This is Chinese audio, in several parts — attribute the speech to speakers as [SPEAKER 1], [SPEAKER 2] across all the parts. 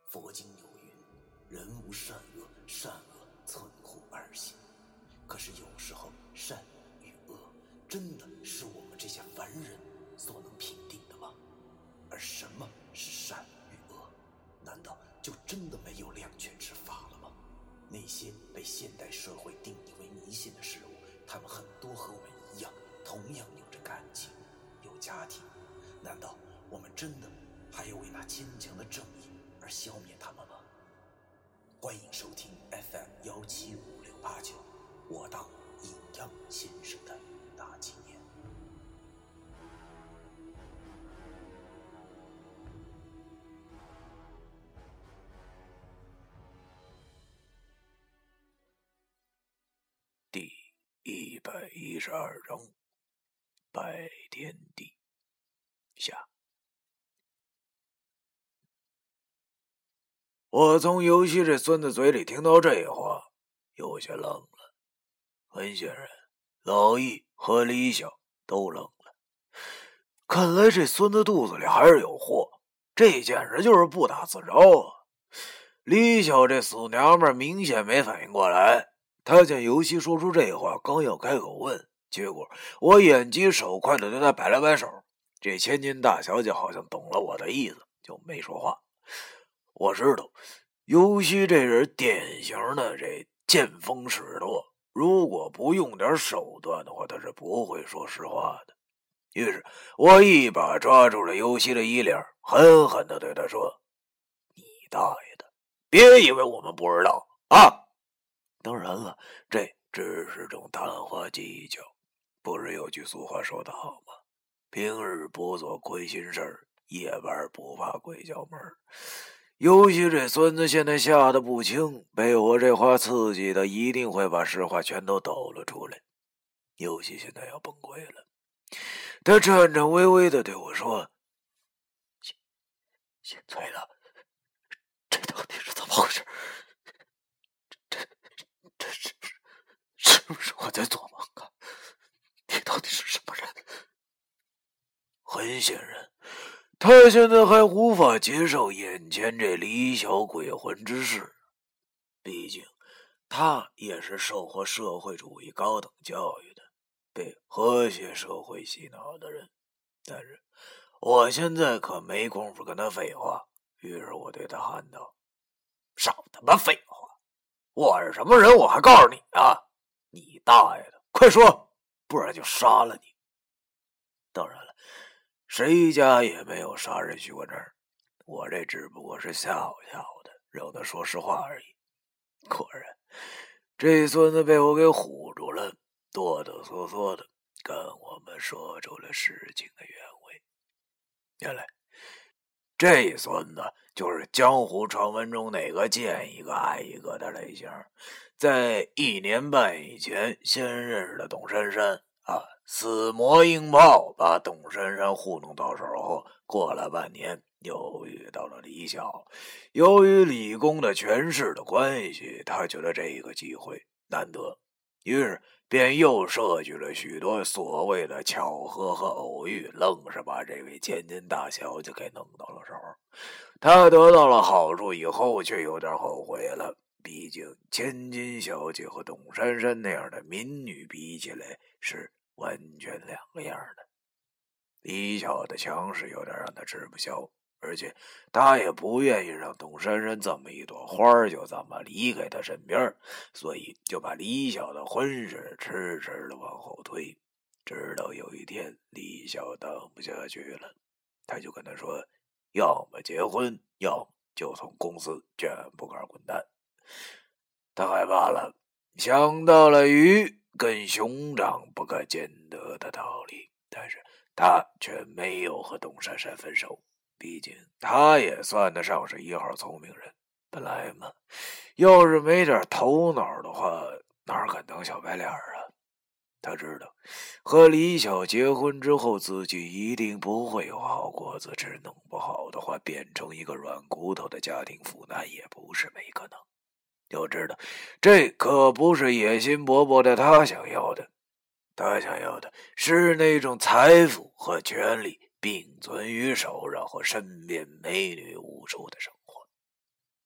[SPEAKER 1] 佛经有云，人无善恶，善恶存乎二心。可是有时候善与恶真的是我们这些凡人所能评定的吗？而什么是善与恶？难道就真的没有两全之法了吗？那些被现代社会定义为迷信的事物，他们很多和我们一样，同样有着感情，有家庭。难道我们真的还要为那坚强的正义而消灭他们吗？欢迎收听 FM1755689，我当阴阳先生的大纪念。第112章，拜天地下。我从游戏这孙子嘴里听到这话，有些愣了。很显然，老易和李晓都愣了。看来这孙子肚子里还是有货，这简直就是不打自招啊！李晓这死娘们明显没反应过来，他见游戏说出这话，刚要开口问，结果我眼疾手快的对他摆了摆手。这千金大小姐好像懂了我的意思，就没说话。我知道游戏这人典型的这见风使舵，如果不用点手段的话，他是不会说实话的。于是我一把抓住了游戏的衣领，狠狠地对他说：你大爷的，别以为我们不知道啊！当然了，这只是种谈话技巧。不是有句俗话说得好吗？平日不做亏心事儿，夜晚不怕鬼叫门。游戏这孙子现在吓得不轻，被我这话刺激的，一定会把实话全都抖了出来。游戏现在要崩溃了，他颤颤巍巍地对我说：姓崔的，这到底是怎么回事？这是不是我在做梦啊？你到底是什么人？很显然，他现在还无法接受眼前这李小鬼魂之事，毕竟他也是受过社会主义高等教育的，被和谐社会洗脑的人。但是我现在可没工夫跟他废话，于是我对他喊道：少他妈废话！我是什么人我还告诉你啊？你大爷的，快说，不然就杀了你！当然了，谁家也没有杀人许过证，我这只不过是吓唬吓唬的，让他说实话而已。果然，这孙子被我给唬住了，哆哆嗦嗦的跟我们说出了事情的原委。原来这孙子就是江湖传闻中那个见一个爱一个的类型，在1年半以前先认识的董珊珊啊，死磨硬泡把董珊珊糊弄到手后，过了半年又遇到了李晓。由于理工的权势的关系，他觉得这个机会难得，于是便又设计了许多所谓的巧合和偶遇，愣是把这位千金大小姐给弄到了手。他得到了好处以后，却有点后悔了。毕竟千金小姐和董珊珊那样的民女比起来是完全两个样的。李晓的强势有点让他吃不消，而且他也不愿意让董珊珊这么一朵花就这么离开他身边，所以就把李晓的婚事迟迟的往后推。直到有一天李晓当不下去了，他就跟他说，要么结婚，要么就从公司全部滚蛋。他害怕了，想到了鱼跟熊掌不可兼得的道理，但是他却没有和董珊珊分手，毕竟他也算得上是1号聪明人。本来嘛，要是没点头脑的话，哪敢当小白脸啊？他知道和李晓结婚之后，自己一定不会有好果子吃，弄不好的话变成一个软骨头的家庭负担也不是没可能。要知道，这可不是野心勃勃的他想要的，他想要的是那种财富和权力并存于手，然后身边美女无数的生活。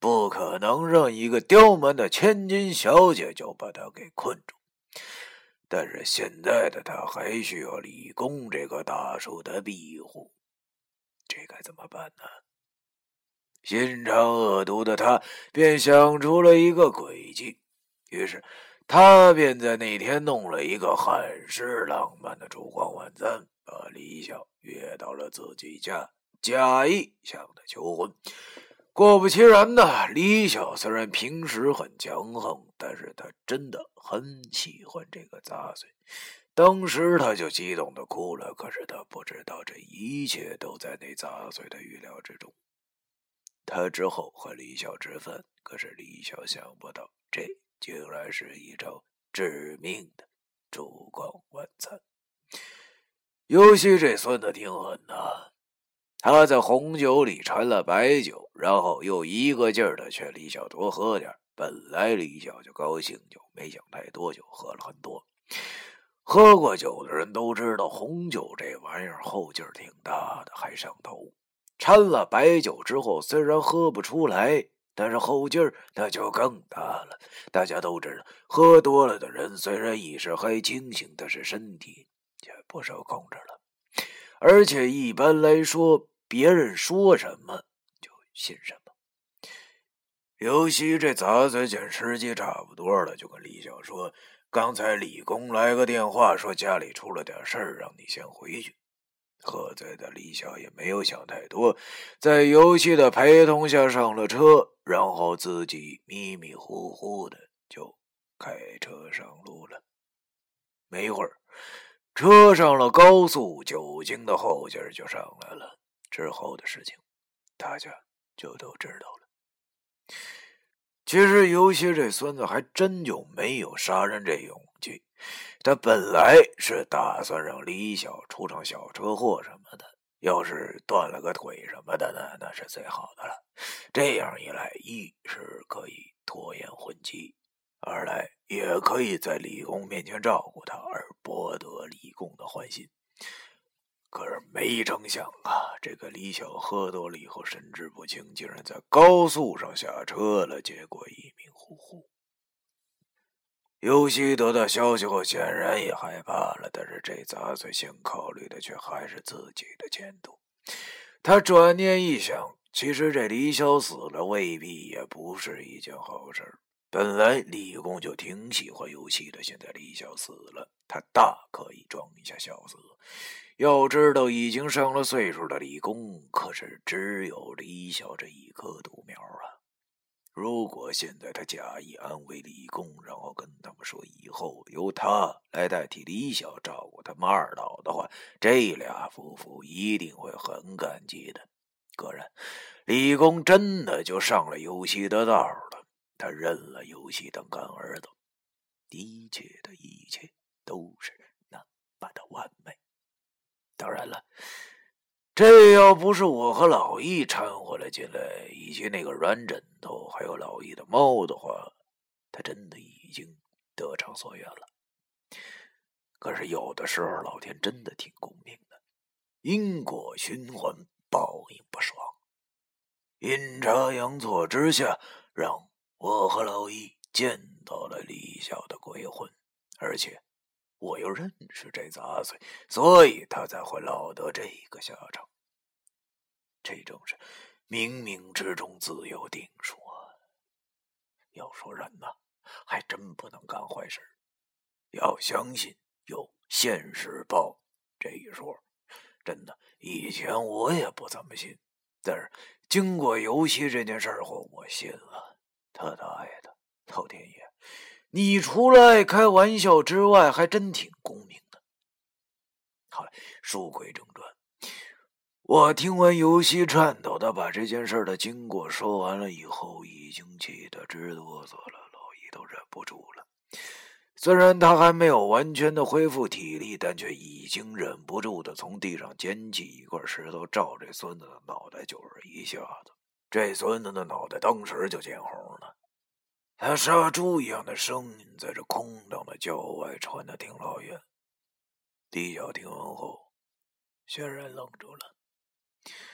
[SPEAKER 1] 不可能让一个刁蛮的千金小姐就把他给困住。但是现在的他还需要李公这个大叔的庇护，这该怎么办呢？心肠恶毒的他便想出了一个诡计，于是他便在那天弄了一个很是浪漫的烛光晚餐，把李晓约到了自己家，假意向他求婚。果不其然呢，李晓虽然平时很强横，但是他真的很喜欢这个杂碎。当时他就激动的哭了，可是他不知道这一切都在那杂碎的预料之中。他之后和李晓吃饭，可是李晓想不到，这竟然是一场致命的烛光晚餐。尤其这孙子挺狠的，他在红酒里掺了白酒，然后又一个劲儿的劝李晓多喝点。本来李晓就高兴，就没想太多，就喝了很多。喝过酒的人都知道，红酒这玩意儿后劲儿挺大的，还上头。掺了白酒之后，虽然喝不出来，但是后劲儿那就更大了。大家都知道，喝多了的人虽然意识还清醒，但是身体却不受控制了。而且一般来说，别人说什么就信什么。尤其这杂碎见时机差不多了，就跟李晓说：“刚才李公来个电话，说家里出了点事儿，让你先回去。”喝醉的李晓也没有想太多，在游戏的陪同下上了车，然后自己迷迷糊糊的就开车上路了。没一会儿，车上了高速，酒精的后劲儿就上来了。之后的事情，大家就都知道了。其实游戏这孙子还真就没有杀人这勇气。他本来是打算让李晓出场小车祸什么的，要是断了个腿什么的呢，那是最好的了。这样一来，一是可以拖延婚期，二来也可以在李公面前照顾他，而博得李公的欢心。可是没成想啊，这个李晓喝多了以后神志不清，竟然在高速上下车了，结果一命呜呼。尤西得到消息后显然也害怕了，但是这杂碎先考虑的却还是自己的前途。他转念一想，其实这李晓死了未必也不是一件好事。本来李公就挺喜欢游戏的，现在李晓死了，他大可以装一下小死。要知道已经上了岁数的李公可是只有李晓这一颗独苗啊。如果现在他假意安慰李公，然后跟他们说以后由他来代替李晓照顾他们二老的话，这俩夫妇一定会很感激的。果然，李公真的就上了游戏的道了，他认了游戏当干儿子。一切的一切都是那么的完美。当然了，这要不是我和老易掺和了进来，以及那个软枕头还有老易的猫的话，他真的已经得偿所愿了。可是有的时候老天真的挺公平的，因果循环，报应不爽。阴差阳错之下，让我和老易见到了李晓的鬼魂，而且我又认识这杂碎，所以他才会落得这个下场。这正是冥冥之中自有定数啊！要说人呐，还真不能干坏事，要相信有现世报这一说。真的，以前我也不怎么信，但是经过游戏这件事后，我信了。他大爷的，老天爷，你除了爱开玩笑之外，还真挺公平的。好了，书归正传。我听完游戏颤抖的把这件事的经过说完了以后，已经气得直哆嗦了，老易都忍不住了。虽然他还没有完全的恢复体力，但却已经忍不住的从地上捡起一块石头，照这孙子的脑袋就是一下子。这孙子的脑袋当时就见红了，他杀猪一样的声音在这空荡的郊外传得挺老远。李晓听完后显然愣住了。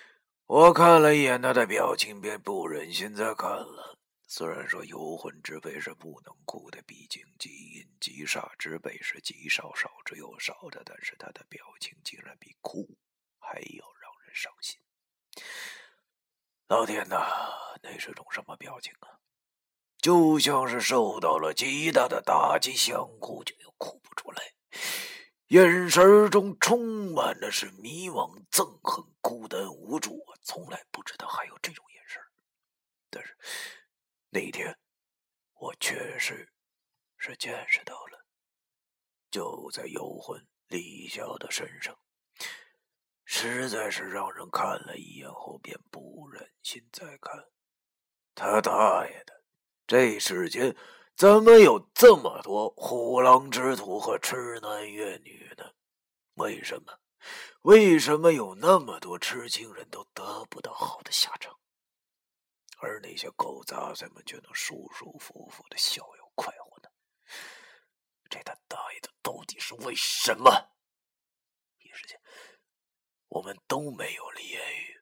[SPEAKER 1] 我看了一眼他的表情，便不忍心再看了。虽然说游魂之辈是不能哭的，毕竟极阴极煞之辈是极少之又少的，但是他的表情竟然比哭还要让人伤心。老天哪，那是种什么表情啊？就像是受到了极大的打击，想哭却又哭不出来，眼神中充满的是迷惘、憎恨、孤单、无助。我从来不知道还有这种眼神，但是那天我确实是见识到了，就在游魂李晓的身上，实在是让人看了一眼后便不忍心再看。他大爷的，这世间怎么有这么多虎狼之徒和痴男怨女呢？为什么有那么多痴情人都得不到好的下场，而那些狗杂碎们却能舒舒服服的逍遥快活呢？这他大爷的到底是为什么？一时间我们都没有了言语。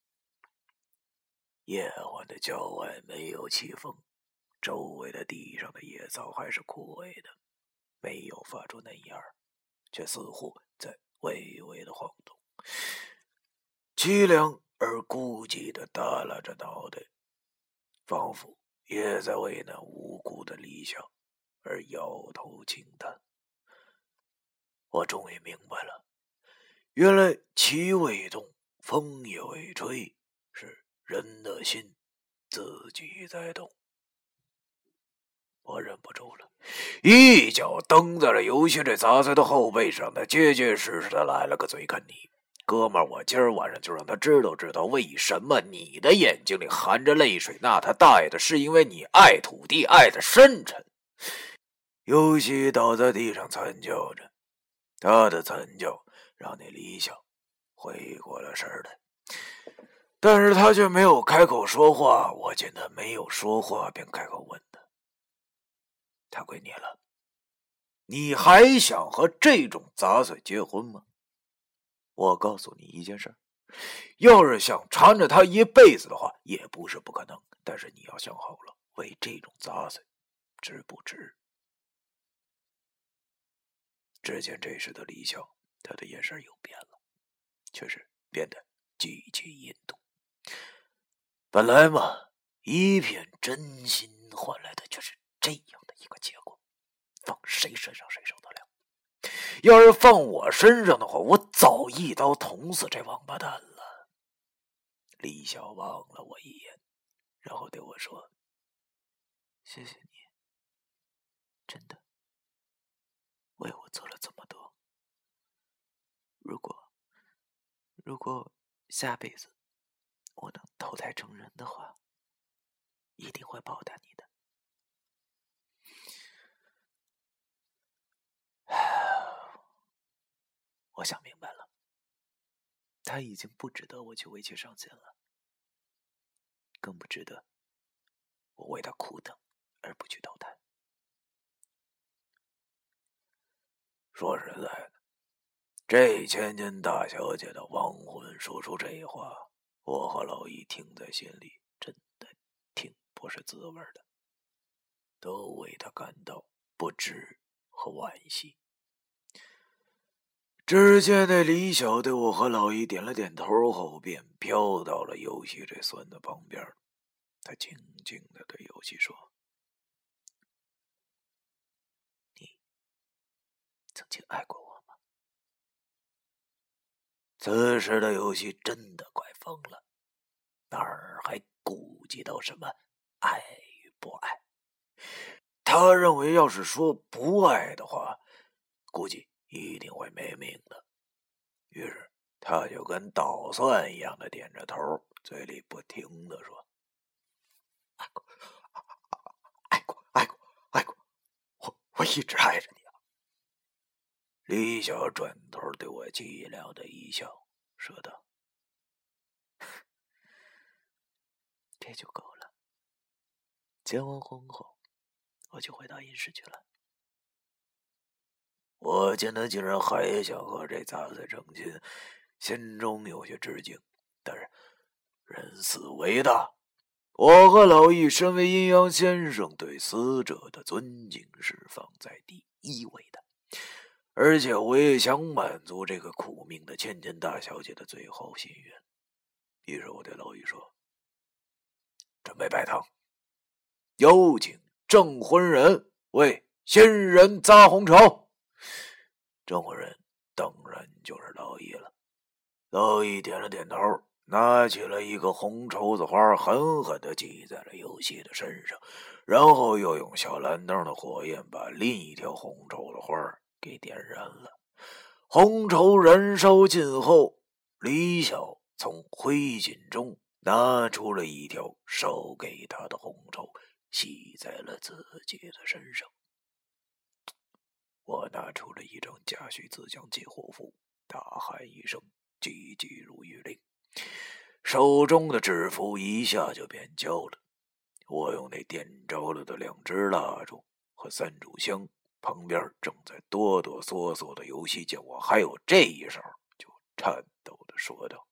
[SPEAKER 1] 夜晚的郊外没有起风，周围的地上的野草还是枯萎的，没有发出嫩芽，却似乎在微微的晃动。凄凉而孤寂的耷拉着脑袋，仿佛也在为那无辜的李晓而摇头轻叹。我终于明白了，原来其未动，风也未吹，是人的心自己在动。我忍不住了，一脚蹬在了游戏这杂碎的后背上，他结结实实的来了个嘴啃泥。哥们儿，我今儿晚上就让他知道为什么你的眼睛里含着泪水，那他大爷的是因为你爱土地爱的深沉。游戏倒在地上惨叫着，他的惨叫让那李晓回过了神来，但是他却没有开口说话。我见他没有说话，便开口问他：他归你了，你还想和这种杂碎结婚吗？我告诉你一件事，要是想缠着他一辈子的话，也不是不可能，但是你要想好了，为这种杂碎值不值？只见这时的李晓，他的眼神又变了，却是变得极其阴毒。本来嘛，一片真心换来的却是这样的一个结果，放谁身上谁受得了？要是放我身上的话，我早一刀捅死这王八蛋了。李晓望了我一眼，然后对我说：谢谢你，真的为我做了这么多。如果下辈子我能投胎成人的话，一定会报答你的。我想明白了，他已经不值得我去为其伤心了，更不值得我为他苦等而不去投胎。说实在的，这千金大小姐的亡魂说出这话，我和老姨听在心里，真的挺不是滋味的，都为她感到不值和惋惜。只见那李晓对我和老姨点了点头后，便飘到了游戏这孙子旁边。他静静地对游戏说：你曾经爱过我吗？此时的游戏真的快疯了，哪儿还顾及到什么爱与不爱？他认为要是说不爱的话，估计一定会没命的。于是他就跟捣蒜一样的点着头，嘴里不停的说：爱过，爱过，爱过，爱过，我一直爱着你啊。李晓转头对我寂寥的一笑，说道：这就够了，结完婚后我就回到阴市去了。我见他竟然还想和这杂碎成亲，心中有些吃惊，但是人死为大。我和老易身为阴阳先生，对死者的尊敬是放在第一位的。而且我也想满足这个苦命的千金大小姐的最后心愿。于是我对老易说：“准备拜堂，有请证婚人为新人砸红绸。”证婚人当然就是老易了。老易点了点头，拿起了一个红绸子花，狠狠地系在了游戏的身上，然后又用小蓝灯的火焰把另一条红绸子花给点燃了。红绸燃烧尽后，李晓从灰烬中拿出了一条烧给他的红绸，系在了自己的身上。我拿出了一张贾诩自将解惑符，大喊一声，急急如律令，手中的纸符一下就变焦了。我用那点着了的2支蜡烛和3炷香，旁边正在哆哆嗦嗦的游戏见我还有这一手，就颤抖的说道：“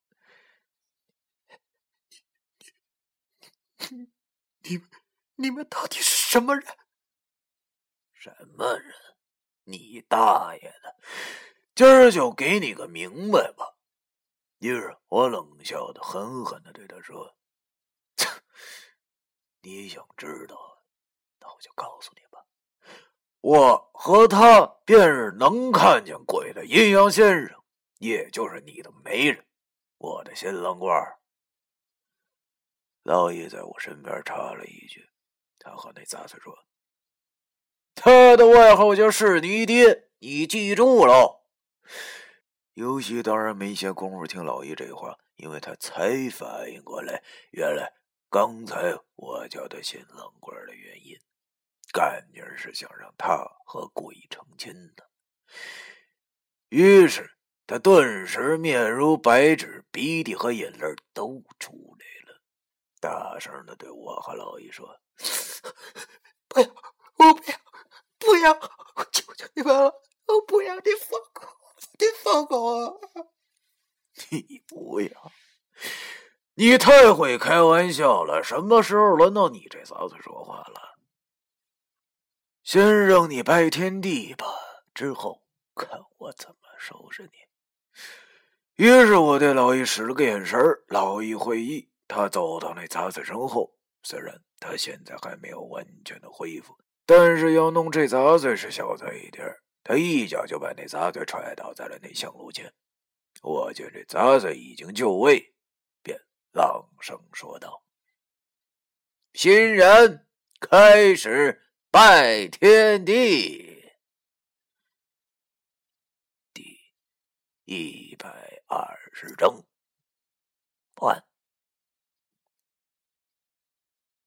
[SPEAKER 1] 你们到底是什么人？”“什么人？你大爷的！今儿就给你个明白吧。”于是我冷笑的狠狠的对他说：“你想知道，那我就告诉你吧。我和他便是能看见鬼的阴阳先生，也就是你的媒人，我的新郎官。”老爷在我身边插了一句，他和那杂碎说：“他的外号就是你爹，你记住喽。”游戏当然没闲工夫听老爷这话，因为他才反应过来，原来刚才我叫他新郎官的原因，干劲是想让他和鬼成亲的。于是他顿时面如白纸，鼻涕和眼泪都出来了，大声的对我和老爷说：“不要，我不要，不要，我求求你们了，我不要，你放过我，你放过我！”“你不要，你太会开玩笑了，什么时候轮到你这嫂子说话了？先让你拜天地吧，之后看我怎么收拾你。”于是我对老易使了个眼神，老易会意，他走到那杂碎身后，虽然他现在还没有完全的恢复，但是要弄这杂碎是小菜一碟，他一脚就把那杂碎踹倒在了那香炉前。我见这杂碎已经就位，便朗声说道：“新人开始拜天地。”第120章完。